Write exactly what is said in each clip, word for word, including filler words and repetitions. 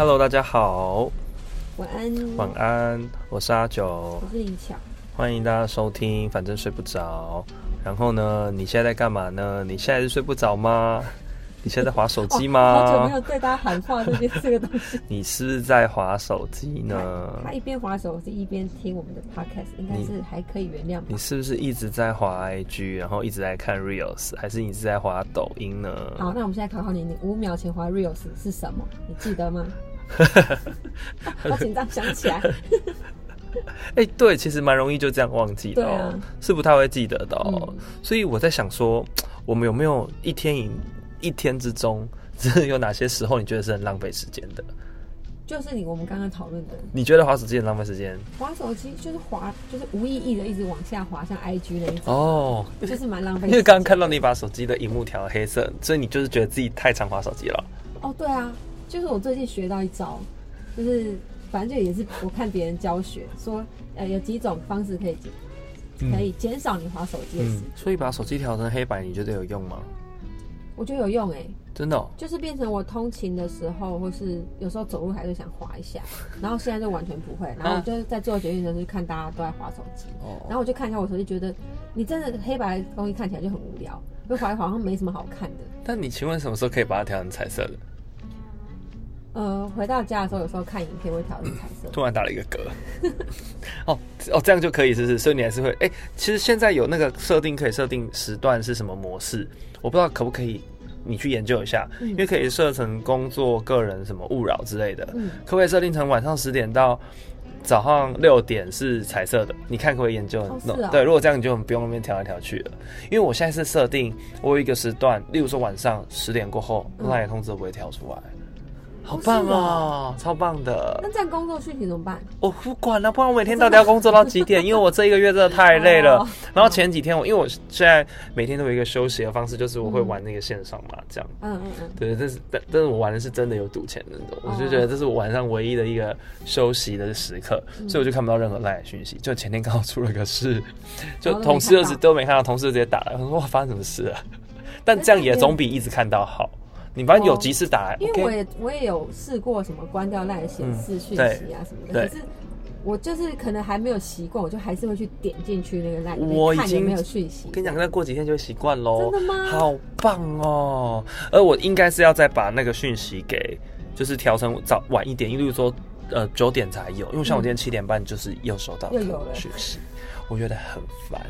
Hello， 大家好， 晚安。 晚安，我是阿九， 我是李巧， 欢迎大家收听。反正睡不着，然后呢，你现在在干嘛呢？你现在是睡不着吗？你现在在滑手机吗？ 哦？好久没有对大家喊话这件这个东西。 你是不是在滑手机呢？ 他一边滑手机一边听我们的 podcast， 应该是还可以原谅吧？ 你是不是一直在滑 I G， 然后一直在看 Reels， 还是你是在滑抖音呢？ 好，那我们现在考考你，你五秒前滑 Reels 是什么？你记得吗？好紧张，想起来。 哎、欸，对，其实蛮容易就这样忘记的哦， 啊、 是不太会记得的哦、 嗯。所以我在想说，我们有没有一天一一天之中，有哪些时候你觉得是很浪费时间的？ 就是你我们刚刚讨论的， 你觉得滑手机很浪费时间？ 滑手机就是滑，就是无意义的一直往下滑，像 I G 那一种哦， 就是蛮浪费时间。 因为刚刚看到你把手机的荧幕调黑色，所以你就是觉得自己太常滑手机了。 哦，对啊，就是我最近学到一招，就是反正就也是我看别人教学说，呃，有几种方式可以可以减少你滑手机的时间、嗯。 所以把手机调成黑白，你觉得有用吗？ 我觉得有用哎、欸， 真的、哦， 就是变成我通勤的时候，或是有时候走路还是想滑一下，然后现在就完全不会，然后我就是在做决定的时候看大家都在滑手机、啊，然后我就看一下我手机，觉得你真的黑白的东西看起来就很无聊，就滑一滑好像没什么好看的。 但你请问什么时候可以把它调成彩色的？ 呃，回到家的时候，有时候看影片会调成彩色。 突然打了一个嗝。哦哦，这样就可以，是不是？所以你还是会哎、欸，其实现在有那个设定可以设定时段是什么模式，我不知道可不可以，你去研究一下，嗯、因为可以设成工作、个人什么勿扰之类的，嗯、可不可以设定成晚上十点到早上六点是彩色的？你看可不可以研究？ 哦是哦、 对，如果这样你就不用那边调来调去了。因为我现在是设定，我有一个时段，例如说晚上十点过后，那也通知都不会跳出来。好棒 哦, 哦，超棒的！ 那这样工作讯息怎么办？ 我不管了，不然我每天到底要工作到几点？因为我这一个月真的太累了。哦、然后前几天我，因为我现在每天都有一个休息的方式，就是我会玩那个线上麻将。嗯嗯嗯。对，这是但但是我玩的是真的有赌钱的那种，哦、我就觉得这是我晚上唯一的一个休息的时刻，嗯、所以我就看不到任何赖的讯息。就前天刚好出了个事，就同事就是都没看到，同事直接打来，我说哇发生什么事了？但这样也总比一直看到好。你反正有急事打来， 因为我也、okay? 我也有试过什么关掉赖显示讯息啊什么的，可是我就是可能还没有习惯，我就还是会去点进去那个赖里面看有没有讯息。 我跟你讲，再过几天就会习惯喽。 真的吗？ 好棒哦！而我应该是要再把那个讯息给，就是调成早晚一点，例如说呃九点才有，因为像我今天七点半就是又收到又有了讯息，我觉得很烦。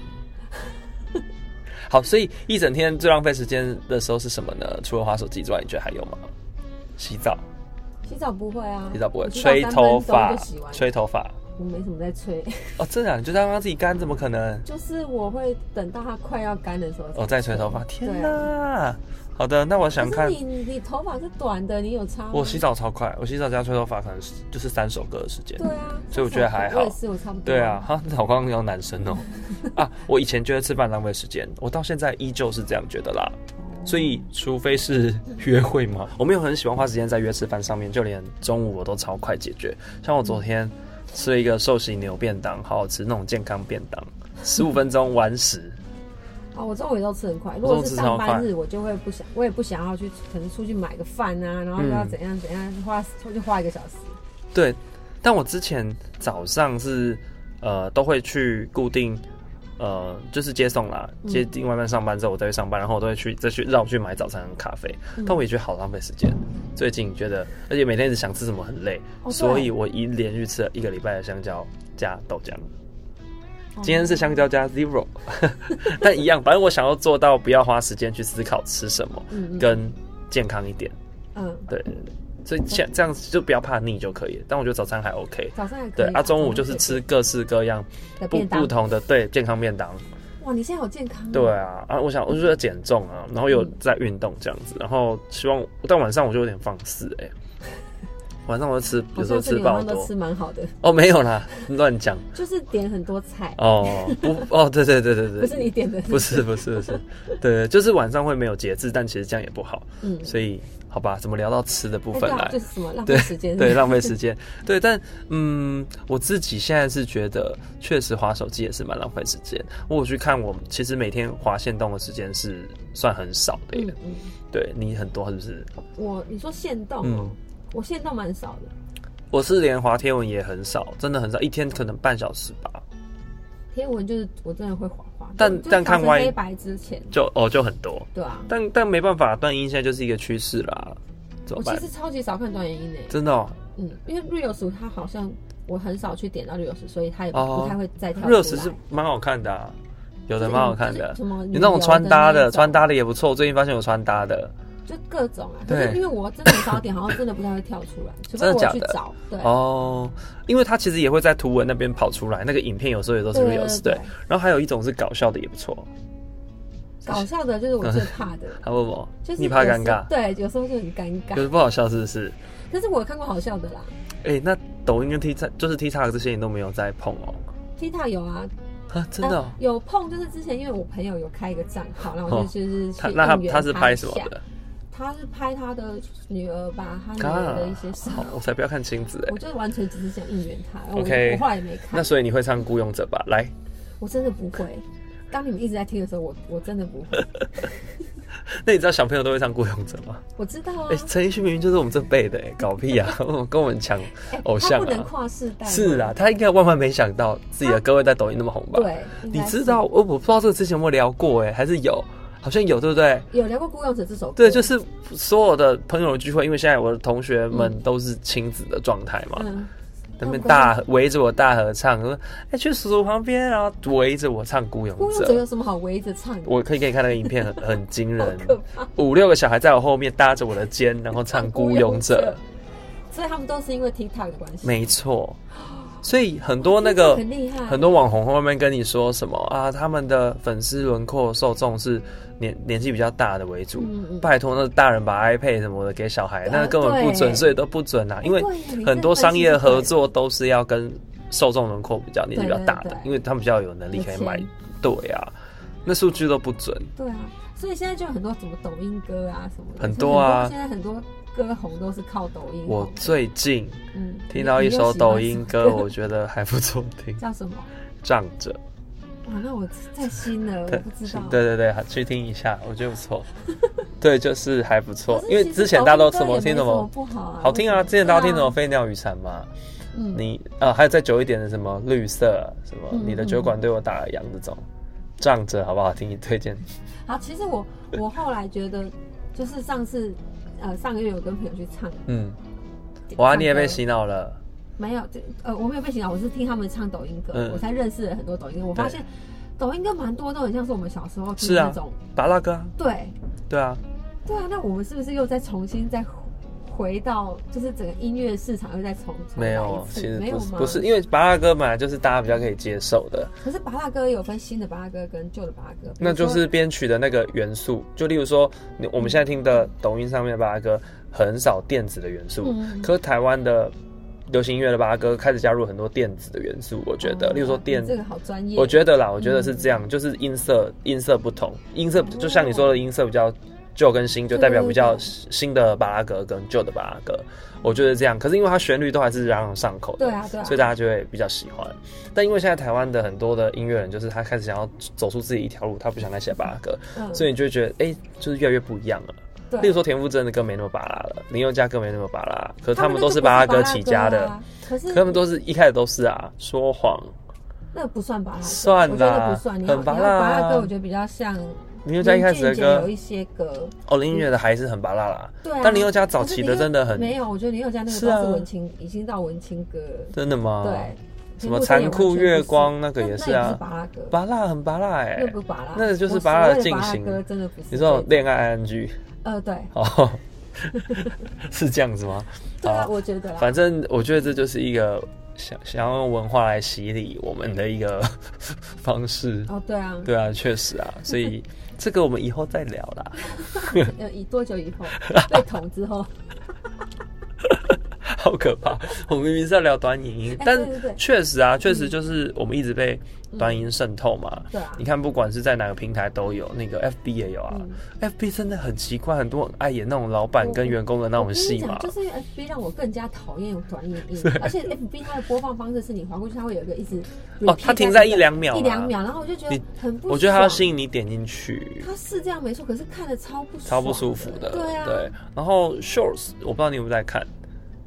好，所以一整天最浪费时间的时候是什么呢？除了滑手机之外，你觉得还有吗？洗澡？ 洗澡不会啊， 洗澡不会。吹头发？吹头发？ 我没什么在吹。 哦，真的、啊？你就让它自己干？怎么可能？ 就是我会等到它快要干的时候才， 哦，再吹头发。天哪！啊、好的，那我想看。 可是你你头发是短的，你有差吗？ 我洗澡超快，我洗澡加吹头发可能就是三首歌的时间。 对啊， 所以我觉得还好。 我也是，我差不多。 对啊，哈，好光有男生哦。啊，我以前觉得吃饭浪费时间，我到现在依旧是这样觉得啦。所以，除非是约会嘛，我没有很喜欢花时间在约吃饭上面，就连中午我都超快解决。像我昨天吃了一个寿喜牛便当，好好吃，那种健康便当，十五分钟完食。 哦，我中午也都吃很快。如果是上班日，我就会不想，我也不想要去，可能出去买个饭啊，然后要怎样怎样，花就花一个小时。 对，但我之前早上是呃都会去固定。呃，就是接送啦，接订外卖上班之后，我再去上班，然后我都会去再去绕去买早餐跟咖啡，嗯、但我也觉得好浪费时间。最近觉得，而且每天一直想吃什么很累，哦、所以我一连续吃了一个礼拜的香蕉加豆浆。哦、今天是香蕉加 zero， 但一样，反正我想要做到不要花时间去思考吃什么，嗯、跟健康一点。嗯，对对对。所以像这样就不要怕腻就可以了，但我觉得早餐还 OK， 早餐还可以。 对啊，中午就是吃各式各样不不同的对健康便当。 哇，你现在好健康、啊。 对啊，啊，我想我就在减重啊，然后有在运动这样子，然后希望但晚上我就有点放肆哎、欸，晚上我就吃，有时候吃爆多， 都吃蛮好的。 哦，没有啦，乱讲。 就是点很多菜。 哦，不，哦，对对对对对， 不是你点的。 不是不是不是，对，就是晚上会没有节制，但其实这样也不好。嗯，所以。好吧，怎么聊到吃的部分来？ 欸、就是什么浪费时间？ 对，浪费时间。对，但嗯，我自己现在是觉得，确实滑手机也是蛮浪费时间。我去看我，其实每天滑限动的时间是算很少的耶。嗯嗯、对你很多是不是？ 我你说限动哦、嗯， 我现在都蛮少的。 我是连滑贴文也很少，真的很少，一天可能半小时吧。 贴文就是我真的会滑滑， 但但看歪黑白之前就哦就很多， 对啊。 但但没办法，短影音现在就是一个趋势啦。 我其实超级少看短影音诶， 真的哦。 嗯，因为 Reels 它好像我很少去点到 Reels， 所以它也不太会再跳出来。 Reels 是蛮好看的、啊，有的蛮好看的， 什么有那种穿搭的，穿搭的也不错。最近发现有穿搭的， 就各种啊。可是因为我真的很少点，好像真的不太会跳出来，除非我去找。对哦， 因为它其实也会在图文那边跑出来，那个影片有时候也都是 Reels 对。然后还有一种是搞笑的也不错。 搞笑的就是我最怕的， 他问我， 就是你怕尴尬？ 对，有时候就很尴尬。 可是不好笑是不是？ 但是我有看过好笑的啦。 哎、欸，那抖音跟 T 就是 TikTok 这些你都没有在碰哦 ？TikTok 有啊， 啊，真的、哦呃、有碰，就是之前因为我朋友有开一个账号，然后我就就是去、哦、 那他他是拍什么的？ 他是拍他的女儿吧，他女儿的一些事、啊。 我才不要看亲子哎、欸！ 我就完全只是想应援他。 OK， 我, 我后来也没看。 那所以你会唱《孤勇者》吧？来， 我真的不会。当你们一直在听的时候，我我真的不会。 那你知道小朋友都会唱《孤勇者》吗？ 我知道啊。 哎、欸，陈奕迅明明就是我们这辈的哎、欸，搞屁啊！跟我们抢偶像啊！ 他不能跨世代。 是啊，他应该万万没想到自己的歌会在抖音那么红吧？ 对， 你知道我我不知道这个之前有没有聊过哎、欸，还是有？好像有，对不对？ 有聊过《孤勇者》这首歌。 对，就是所有的朋友的聚会，因为现在我的同学们都是亲子的状态嘛。嗯。他们大围着我大合唱，说：“哎、欸，去叔叔旁边，然后围着我唱《孤勇者》。”孤勇者有什么好围着唱的？ 我可以给你看那个影片很，很很惊人，五六个小孩在我后面搭着我的肩，然后唱《孤勇者》。 所以他们都是因为 TikTok 的关系。 没错，所以很多那个、 很厉害， 很多网红后面跟你说什么啊，他们的粉丝轮廓受众是年年纪比较大的为主，嗯嗯拜托那大人把 iPad 什么的给小孩，那根本不准，所以都不准啊。因为很多商业合作都是要跟受众轮廓比较年纪比较大的，对对对因为他们比较有能力可以买。对啊，那数据都不准。 对啊，所以现在就有很多什么抖音歌啊什么的， 很多啊。 现在很多歌红都是靠抖音。 我最近嗯听到一首抖音歌，我觉得还不错听， 叫什么？ 仗着。 哇，那我太新了，我不知道。 对对对，去听一下，我觉得不错。对，就是还不错，因为之前大家都什么听什么不好啊， 好听啊，之前大家听什么飞鸟与蝉嘛，嗯，你啊还有再久一点的什么绿色，什么你的酒馆对我打了烊这种，仗着好不好听？你推荐。 好，其实我我后来觉得，就是上次呃上个月有跟朋友去唱，嗯， 哇，你也被洗脑了。 没有，呃，我没有被洗脑，我是听他们唱抖音歌，嗯、我才认识了很多抖音歌。我发现抖音歌蛮多都很像是我们小时候听的那种芭乐歌。 对， 对啊， 对啊。那我们是不是又再重新再回到，就是整个音乐市场又再重没有？其实没有吗？ 不是，因为芭乐歌本来就是大家比较可以接受的。 可是芭乐歌也有分新的芭乐歌跟旧的芭乐歌， 那就是编曲的那个元素。就例如说，我们现在听的抖音上面的芭乐歌很少电子的元素，嗯、可是台湾的。流行音乐的芭乐歌开始加入很多电子的元素，我觉得，哦、例如说电， 这个好专业。 我觉得啦，我觉得是这样，嗯、就是音色音色不同，音色就像你说的音色比较旧跟新，就代表比较新的芭乐歌跟旧的芭乐歌，我觉得这样。可是因为它旋律都还是朗朗上口的， 对啊对啊， 所以大家就会比较喜欢。但因为现在台湾的很多的音乐人，就是他开始想要走出自己一条路，他不想再写芭乐歌，嗯、所以你就会觉得，哎、欸，就是越来越不一样了。例如说田馥甄的歌没那么芭乐了，林宥嘉歌没那么芭乐，可是他们都是芭乐歌起家的， 啊、可是他们都是一开始都是啊，说谎， 那不算芭乐， 算啦，我觉得不算，很芭乐。芭乐歌我觉得比较像林宥嘉一开始的歌有一些歌， 哦，林俊杰的还是很芭乐啦， 对、啊， 但林宥嘉早期的真的很没有，我觉得林宥嘉那个都是文青，啊、已经到文青歌， 真的吗？ 对。 什么残酷月光那个也是啊，芭乐很芭乐哎， 那不芭乐， 那个就是芭乐的进行。 歌真的不是。 你说恋爱 I N G？ 呃，对。 哦，是这样子吗？ 对啊，我觉得。 反正我觉得这就是一个想想要用文化来洗礼我们的一个方式。 哦，对啊， 对啊，确实啊，所以这个我们以后再聊啦。 呃，以多久以后被捅之后？ 好可怕！我明明是要聊短影音， 欸、 但确实啊，确实就是我们一直被短影音渗透嘛。 对、嗯、啊， 你看，不管是在哪个平台都有，那个 F B 也有啊。嗯、F B 真的很奇怪，很多人爱演那种老板跟员工的那种戏嘛。 就是因为 F B 让我更加讨厌有短影音，而且 F B 它的播放方式是你滑过去，它会有一个一直哦，它停在一两秒， 一两秒，然后我就觉得很不爽。 我觉得它要吸引你点进去。 它是这样没错，可是看着超不超不舒服的。 对啊， 对。然后 Shorts 我不知道你有没有在看。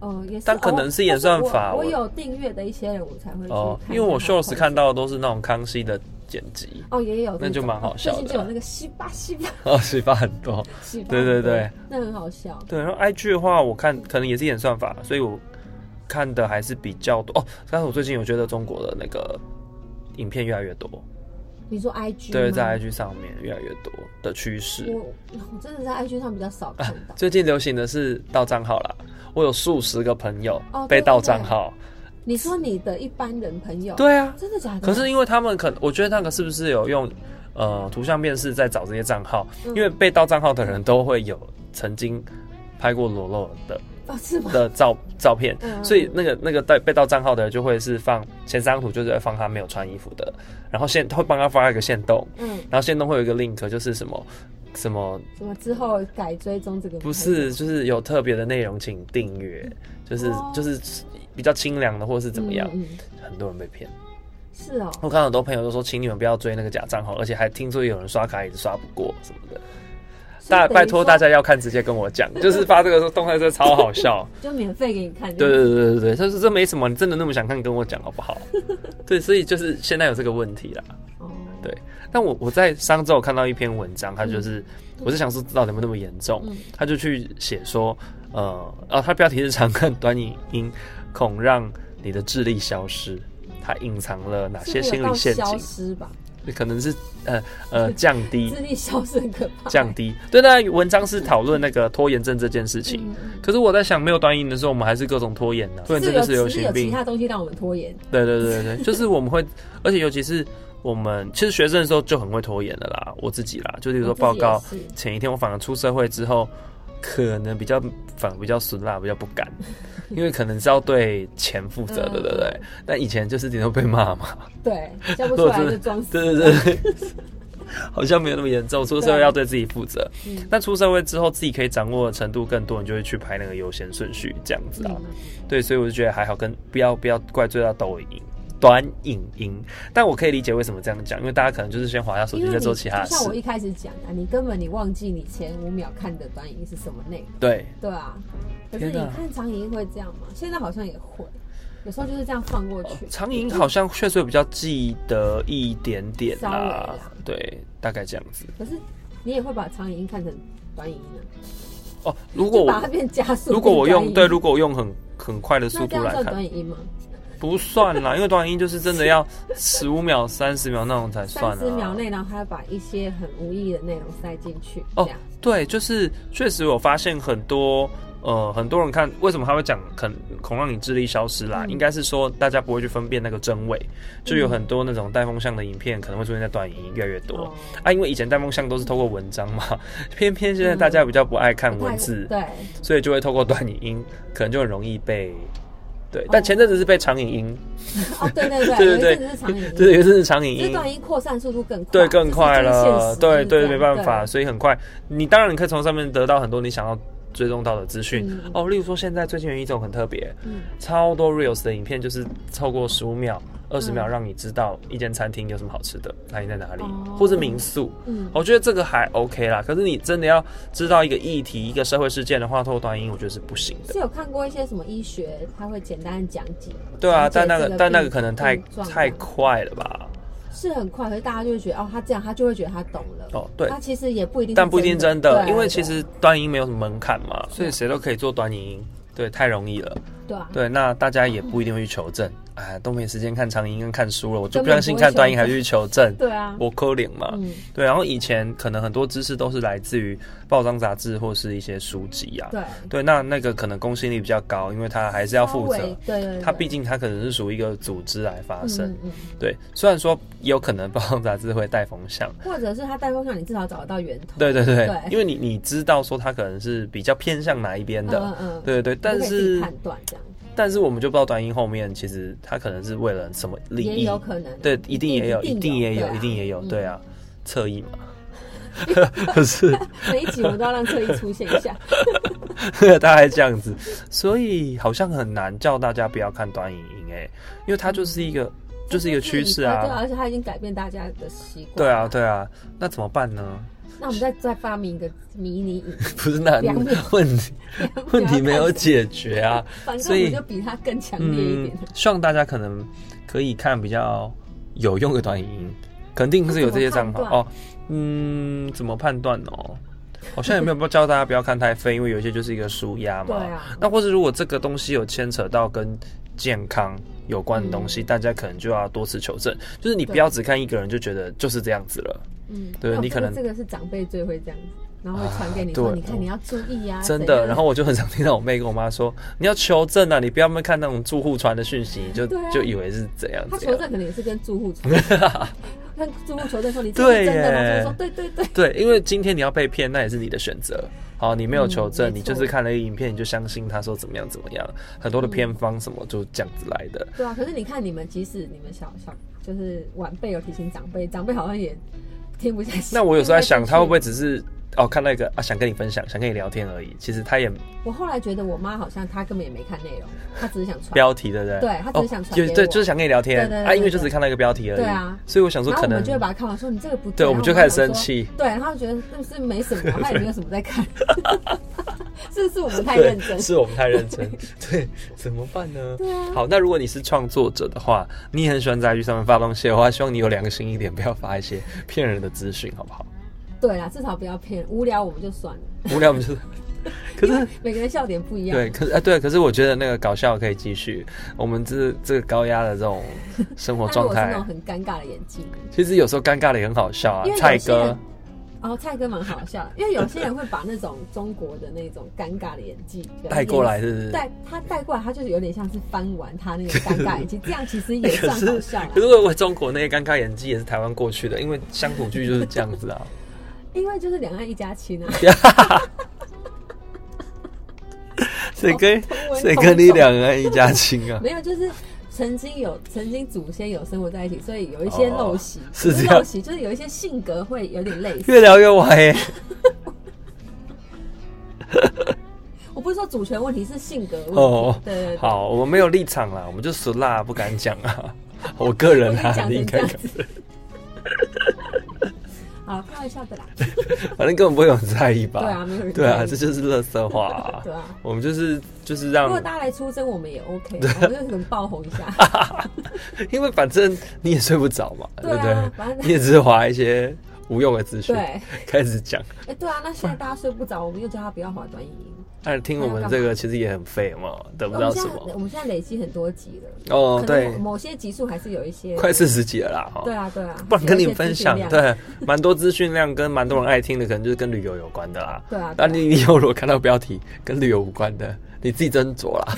呃，也是， 但可能是演算法。 我, 我, 我有订阅的一些人，我才会去看。 哦，因为我 Shorts 看到的都是那种康熙的剪辑。 哦，也有， 那就蛮好笑的。 最近就有那个西巴西巴。 哦，西巴很多。 西巴。 对对对， 那很好笑。 对，然后 I G 的话，我看可能也是演算法，所以我看的还是比较多。哦，但是我最近有觉得中国的那个影片越来越多。 你说 I G 对，在 I G 上面越来越多的趋势。 我我真的在 I G 上比较少看到。 啊、最近流行的是盗账号啦，我有数十个朋友被盗账号。哦、对对对， 你说你的一般人朋友？ 对啊， 真的假的？ 可是因为他们可能，我觉得那个是不是有用呃图像辨识在找这些账号？嗯、因为被盗账号的人都会有曾经拍过裸露的。 哦、是吗？ 的照照片， 嗯、 所以那个那个被盗账号的人就会是放前三张图，就是会放他没有穿衣服的，然后现会帮他发一个限动，嗯，然后限动会有一个 link， 就是什么什么什么之后改追踪这个不是，就是有特别的内容请订阅，就是、哦、就是比较清凉的或是怎么样，嗯嗯、很多人被骗。 是哦， 我看到很多朋友都说，请你们不要追那个假账号，而且还听说有人刷卡一直刷不过什么的。大拜托大家要看，直接跟我讲，就是发这个动态，真的超好笑， 就免费给你看。 对对对对对，他说这没什么，你真的那么想看，跟我讲好不好？对，所以就是现在有这个问题啦。哦，对。但我我在上周有看到一篇文章，他就是、嗯、我是想说到底有没有那么严重，嗯、他就去写说，呃，哦，他标题是常看短影音恐让你的智力消失，它隐藏了哪些心理陷阱？ 消失吧。 可能是呃呃降低智力消失很可怕。 降低，对，那文章是讨论那个拖延症这件事情。嗯、可是我在想，没有短影的时候，我们还是各种拖延的、啊。拖延症就是流行病， 有其他东西让我们拖延。 对对对对，就是我们会，而且尤其是我们其实学生的时候就很会拖延的啦，我自己啦，就比如说报告前一天，我反而出社会之后，可能比较反而比较损啦，比较不敢。因为可能是要对钱负责的，嗯、对不对？但以前就是顶多被骂嘛。 对，叫不出来就装死。 对对对，好像没有那么严重。出社会要对自己负责，嗯、但出社会之后，自己可以掌握的程度更多，你就会去排那个优先顺序，这样子啊。嗯、对，所以我就觉得还好，跟不要不要怪罪到抖音。短影音，但我可以理解为什么这样讲，因为大家可能就是先滑下手机，再做其他事。 就像我一开始讲的，你根本你忘记你前五秒看的短影音是什么内容。 对对啊，可是你看长影音会这样吗？现在好像也会，有时候就是这样放过去。哦、 长影音好像确实比较记得一点点啦，啦对，大概这样子。 可是你也会把长影音看成短影音啊？ 哦，如果我把它变加速， 如果我用对，如果我用很很快的速度来看， 那这样算短影音吗？ 不算啦，因为短影音就是真的要十五秒、三十秒那种才算啊。 三十秒内，然后他要把一些很无意义的内容塞进去。 哦，对，就是确实我发现很多呃很多人看为什么他会讲恐恐让你智力消失啦，嗯、应该是说大家不会去分辨那个真伪，就有很多那种带风向的影片可能会出现在短影音越来越多、哦、啊，因为以前带风向都是透过文章嘛，偏偏现在大家比较不爱看文字， 嗯、对， 所以就会透过短影音，可能就很容易被。对，但前阵子是被长影音， 哦，对对对，对对对，有一阵子是长影音， 对，有一阵子是长影音， 短影音扩散速度更快， 对，更快了，对对，没办法，所以很快。你当然你可以从上面得到很多你想要追踪到的资讯、嗯、哦，例如说现在最近有一种很特别、嗯，超多 reels 的影片，就是超过十五秒、二十秒，让你知道一间餐厅有什么好吃的，哪里在哪里，哦、或是民宿。嗯，我觉得这个还 OK 啦。可是你真的要知道一个议题、一个社会事件的话，透过短影音，我觉得是不行的。 是有看过一些什么医学，他会简单讲解。 对啊，但那个但那个可能太太快了吧。 是很快，可是大家就会觉得哦，他这样，他就会觉得他懂了。哦，对，他其实也不一定， 但不一定真的，因为其实短影音没有什么门槛嘛，所以谁都可以做短影音，对，太容易了。 对啊， 对，那大家也不一定会去求证，哎，都没时间看长影音跟看书了，我就不相信看短影还去求证。 对啊， 我可怜嘛、嗯。对，然后以前可能很多知识都是来自于报章杂志或是一些书籍啊。 对， 对，那那个可能公信力比较高，因为它还是要负责。 对 对, 对， 它毕竟它可能是属于一个组织来发生。 嗯嗯对，虽然说也有可能报章杂志会带风向， 或者是它带风向，你至少找得到源头。 对对 对, 对，因为你你知道说它可能是比较偏向哪一边的。嗯嗯，对对对，但是判断这样。 但是我们就不知道短影音后面其实它可能是为了什么利益， 也有可能， 对，一定也有，一定也有，一定也有，对啊，侧翼嘛，可是每一集我们都要让侧翼出现一下， 大概这样子，所以好像很难叫大家不要看短影音哎，因为它就是一个就是一个趋势啊， 对，而且它已经改变大家的习惯， 对啊对啊，那怎么办呢？ 那我们再再发明一个迷你影， 不是那问题，问题没有解决啊。 反正我们就比它更强烈一点、嗯。 希望大家可能可以看比较有用的短影音，肯定是有这些账号哦。嗯，怎么判断哦？好像也没有教大家不要看太废，因为有些就是一个舒压嘛。 对啊。 那或是如果这个东西有牵扯到跟健康有关的东西、嗯，大家可能就要多次求证。就是你不要只看一个人就觉得就是这样子了。嗯，对，你可能这个是长辈最会这样子，然后会传给你说，啊、你看你要注意啊。 真的，然后我就很常听到我妹跟我妈说，你要求证啊，你不要没看那种住户传的讯息，就、啊、就以为是怎样。 他求证可能也是跟住户传，跟住户求证说你这是真的吗？就说对对对对，因为今天你要被骗，那也是你的选择。好，你没有求证、嗯，你就是看了一个影片，你就相信他说怎么样怎么样，很多的偏方什么就这样子来的。 对啊，可是你看你们，即使你们小小就是晚辈有提醒长辈，长辈好像也听不下去。 那我有时候在想，他会不会只是哦看到一个啊想跟你分享，想跟你聊天而已？其实他也…… 我后来觉得我妈好像她根本也没看内容，她只是想传标题，对不对？ 对，她只是想传给我、 哦、对，就是想跟你聊天。 对对对对啊，因为就只看到一个标题而已。 对啊， 所以我想说，可能然后我们就会把它看完，说你这个不对， 对，我们就开始生气。 对，然后觉得是不是没什么，他也没有什么在看。是不是我们太认真？ 是我们太认真。对，怎么办呢？ 对啊。 好，那如果你是创作者的话，你也很喜欢在 I G 上面发东西的话，希望你有良心一点，不要发一些骗人的资讯，好不好？ 对啦，至少不要骗。无聊我们就算了。 无聊我们就。可是每个人笑点不一样。 对，可是啊，对，可是我觉得那个搞笑可以继续。我们这这个高压的这种生活状态， 那种很尴尬的演技。 其实有时候尴尬的也很好笑啊，蔡哥。 哦，蔡哥蛮好笑的，因为有些人会把那种中国的那种尴尬的演技带过来，是不是？ 带他带过来，他就是有点像是翻完他那个尴尬演技，这样其实也算好笑啦。 可是我中国那些尴尬演技也是台湾过去的，因为乡土剧就是这样子啊。 因为就是两岸一家亲啊。 谁跟谁跟你两岸一家亲啊？ 没有，就是。曾经有曾经祖先有生活在一起，所以有一些陋习，哦、 是这样， 陋习就是有一些性格会有点类似。 越聊越歪耶。 我不是说主权问题，是性格问题。 哦， 对对对。 好，我们没有立场啦，我们就俗辣，不敢讲啊。我个人啊，你应该讲。 好，开玩笑的啦。 反正根本不会有人在意吧？ 对啊，没有人在意。 对啊，这就是垃圾话、啊。 对啊， 我们就是就是让。 如果大家来出征，我们也 OK， 我们就可能爆红一下。 因为反正你也睡不着嘛，对不、啊、对？ 反正你也只是滑一些无用的资讯， 对， 开始讲。 哎、欸，对啊，那现在大家睡不着，我们又叫他不要滑短影音。 但是听我们这个其实也很废嘛，得不到什么。 我们现在累积很多集了。 哦，对， 某些集数还是有一些。 快四十集了啦， 对啊，对啊。 不然跟你分享，对，蛮多资讯量跟蛮多人爱听的，可能就是跟旅游有关的啦。 对啊。 那你以后如果看到标题跟旅游无关的，你自己斟酌啦。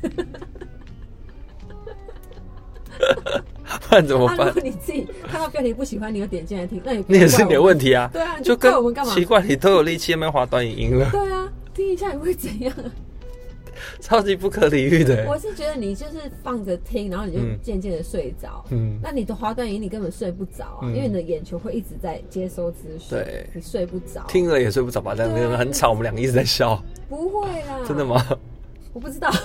不然怎么办？ 啊、如果你自己看到标题不喜欢，你又点进来听，那你那也是你的问题啊。 对啊， 就跟我们干嘛？ 奇怪，你都有力气，没滑短影音了。 对啊，听一下你会怎样？ 超级不可理喻的。 我是觉得你就是放着听，然后你就渐渐的睡着。嗯，那你的滑短影音你根本睡不着啊、嗯，因为你的眼球会一直在接收资讯，对，你睡不着。 听了也睡不着吧？但是很吵，我们两个一直在笑。 不会啦。 真的吗？ 我不知道。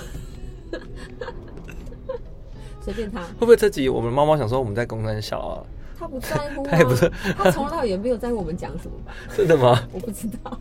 随便他会不会这集我们猫猫想说我们在公山小啊？ 他不在乎、啊， 他也不是， 他从头到尾也没有在乎我们讲什么吧？ 真的吗？ 我不知道。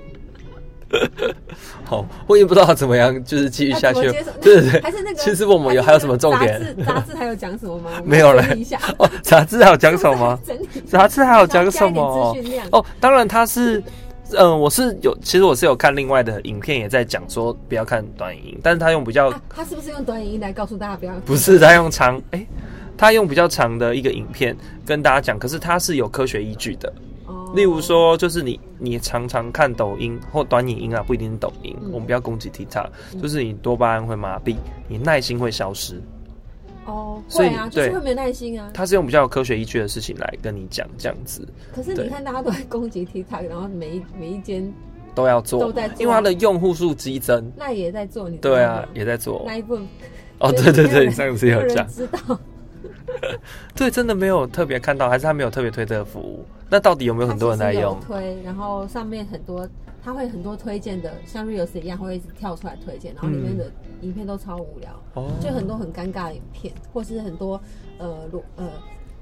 好，我也不知道他怎么样，就是继续下去。 对对对，还是那个。 其实我们有还有什么重点？ 杂志杂志还有讲什么吗？ 没有嘞。哦，杂志还有讲什么吗？杂志还有讲什么？哦，当然他是。嗯、呃，我是有，其实我是有看另外的影片，也在讲说不要看短影音，但是他用比较， 啊、他是不是用短影音来告诉大家不要看？ 不是，他用长，哎、欸，他用比较长的一个影片跟大家讲，可是他是有科学依据的。哦，例如说，就是你你常常看抖音或短影音啊，不一定是抖音，嗯、我们不要攻击 TikTok，、嗯、就是你多巴胺会麻痹，你耐心会消失。 哦，所以啊，就是会没有耐心啊。 他是用比较有科学依据的事情来跟你讲这样子。 可是你看，大家都在攻击 TikTok， 然后每一每一间都要做， 都在做， 因为它的用户数激增。 那也在做，你对啊，也在做。 那一部哦，对对对，上次有讲。 知道。 对，真的没有特别看到，还是他没有特别推这个服务？那到底有没有很多人在用？ 推，然后上面很多，他会很多推荐的，像 Reels 一样会一直跳出来推荐，然后里面的影片都超无聊，嗯、就很多很尴尬的影片，或是很多呃呃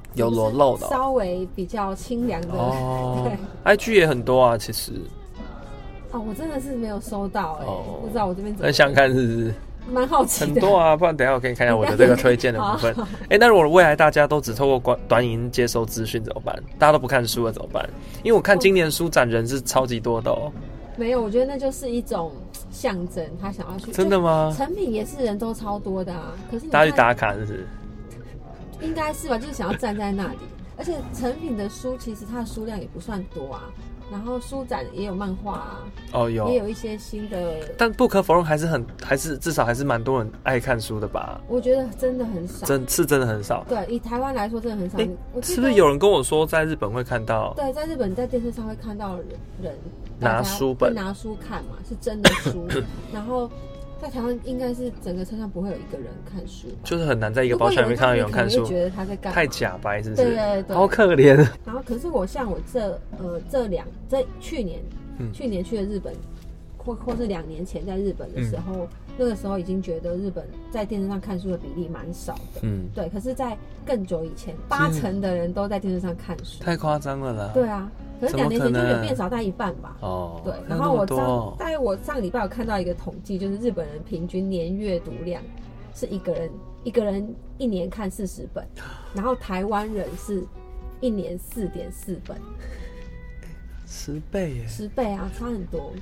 有裸露的、哦， 稍微比较清凉的。 哦， 对 ，I G 也很多啊，其实。 哦，我真的是没有收到哎、欸哦，不知道我这边怎么。 很想看是不是？ 蛮好奇的。 很多啊，不然等一下我给你看一下我的这个推荐的部分。哎、欸，那如果未来大家都只透过短影音接收资讯怎么办？大家都不看书了怎么办？因为我看今年书展人是超级多的哦。 没有，我觉得那就是一种象征，他想要去。 真的吗？ 成品也是人都超多的啊，可是你大家去打卡是不是？ 应该是吧，就是想要站在那里。而且成品的书其实它的数量也不算多啊。然后书展也有漫画啊， 哦有， 也有一些新的， 但不可否认还是很，还是至少还是蛮多人爱看书的吧？ 我觉得真的很少， 真是真的很少。 对，以台湾来说真的很少。欸、 是不是有人跟我说在日本会看到？ 对，在日本在电视上会看到人人拿书本拿书看嘛，是真的书，然后。在台湾应该是整个车上不会有一个人看书， 就是很难在一个包厢里面看到有人看书， 觉得他在干嘛， 太假白是不是？ 对对对， 好可怜。 然后可是我像我这呃这两这去年、嗯、去年去的日本，或或是两年前在日本的时候、嗯，那个时候已经觉得日本在电视上看书的比例蛮少的，嗯，对。可是，在更久以前，八成的人都在电视上看书， 太夸张了啦。 对啊。可是两年前就有变少，大概一半吧。哦，对。然后我上大概我上个礼拜有看到一个统计，就是日本人平均年阅读量是一个人一个人一年看四十本，然后台湾人是一年四点四本， 十倍耶！ 十倍啊，差很多。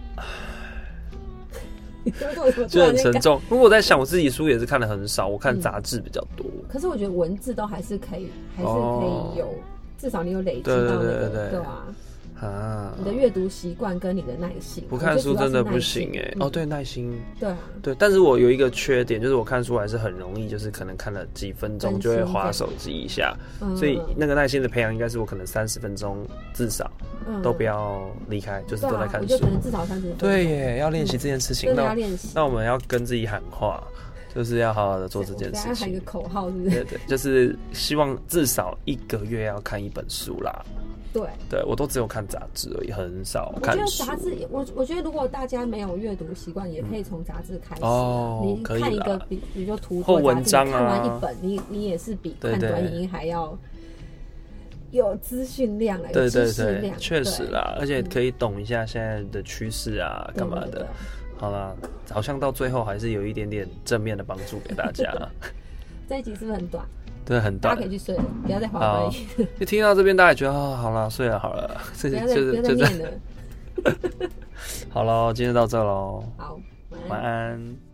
就很沉重。不过我在想，我自己书也是看的很少，我看杂志比较多、嗯。 可是我觉得文字都还是可以，还是可以有。哦，至少你有累积到那个，对, 对, 对, 对, 对啊，啊，你的阅读习惯跟你的耐心， 不看书真的不行哎、欸嗯。哦，对，耐心， 对啊， 对。但是我有一个缺点，就是我看书还是很容易，就是可能看了几分钟就会滑手机一下、嗯，所以那个耐心的培养应该是我可能三十分钟至少、嗯、都不要离开，就是都在看书。 我觉得可能至少三十分钟。 对耶，要练习这件事情， 真的要练习。 那我们要跟自己喊话。就是要好好的做这件事情。 要喊一个口号，是不是？ 对对，就是希望至少一个月要看一本书啦。 对， 对我都只有看杂志而已，很少看书。 我觉得杂志，我我觉得如果大家没有阅读习惯，也可以从杂志开始、啊。 哦， 你看一个，比比如说图或文章啊， 看完一本，你你也是比看短影音还要有资讯量了，有知识量， 确实啦，而且可以懂一下现在的趋势啊，干、嗯、嘛的。对对对，好啦，好像到最后还是有一点点正面的帮助给大家。 这一集是不是很短？ 对，很短， 大家可以去睡了，不要再滑轮椅。 就听到这边，大家也觉得哦，好了，睡了，好了， 不要再、就是、不要再念了。 好了，今天到这喽。 好， 晚安。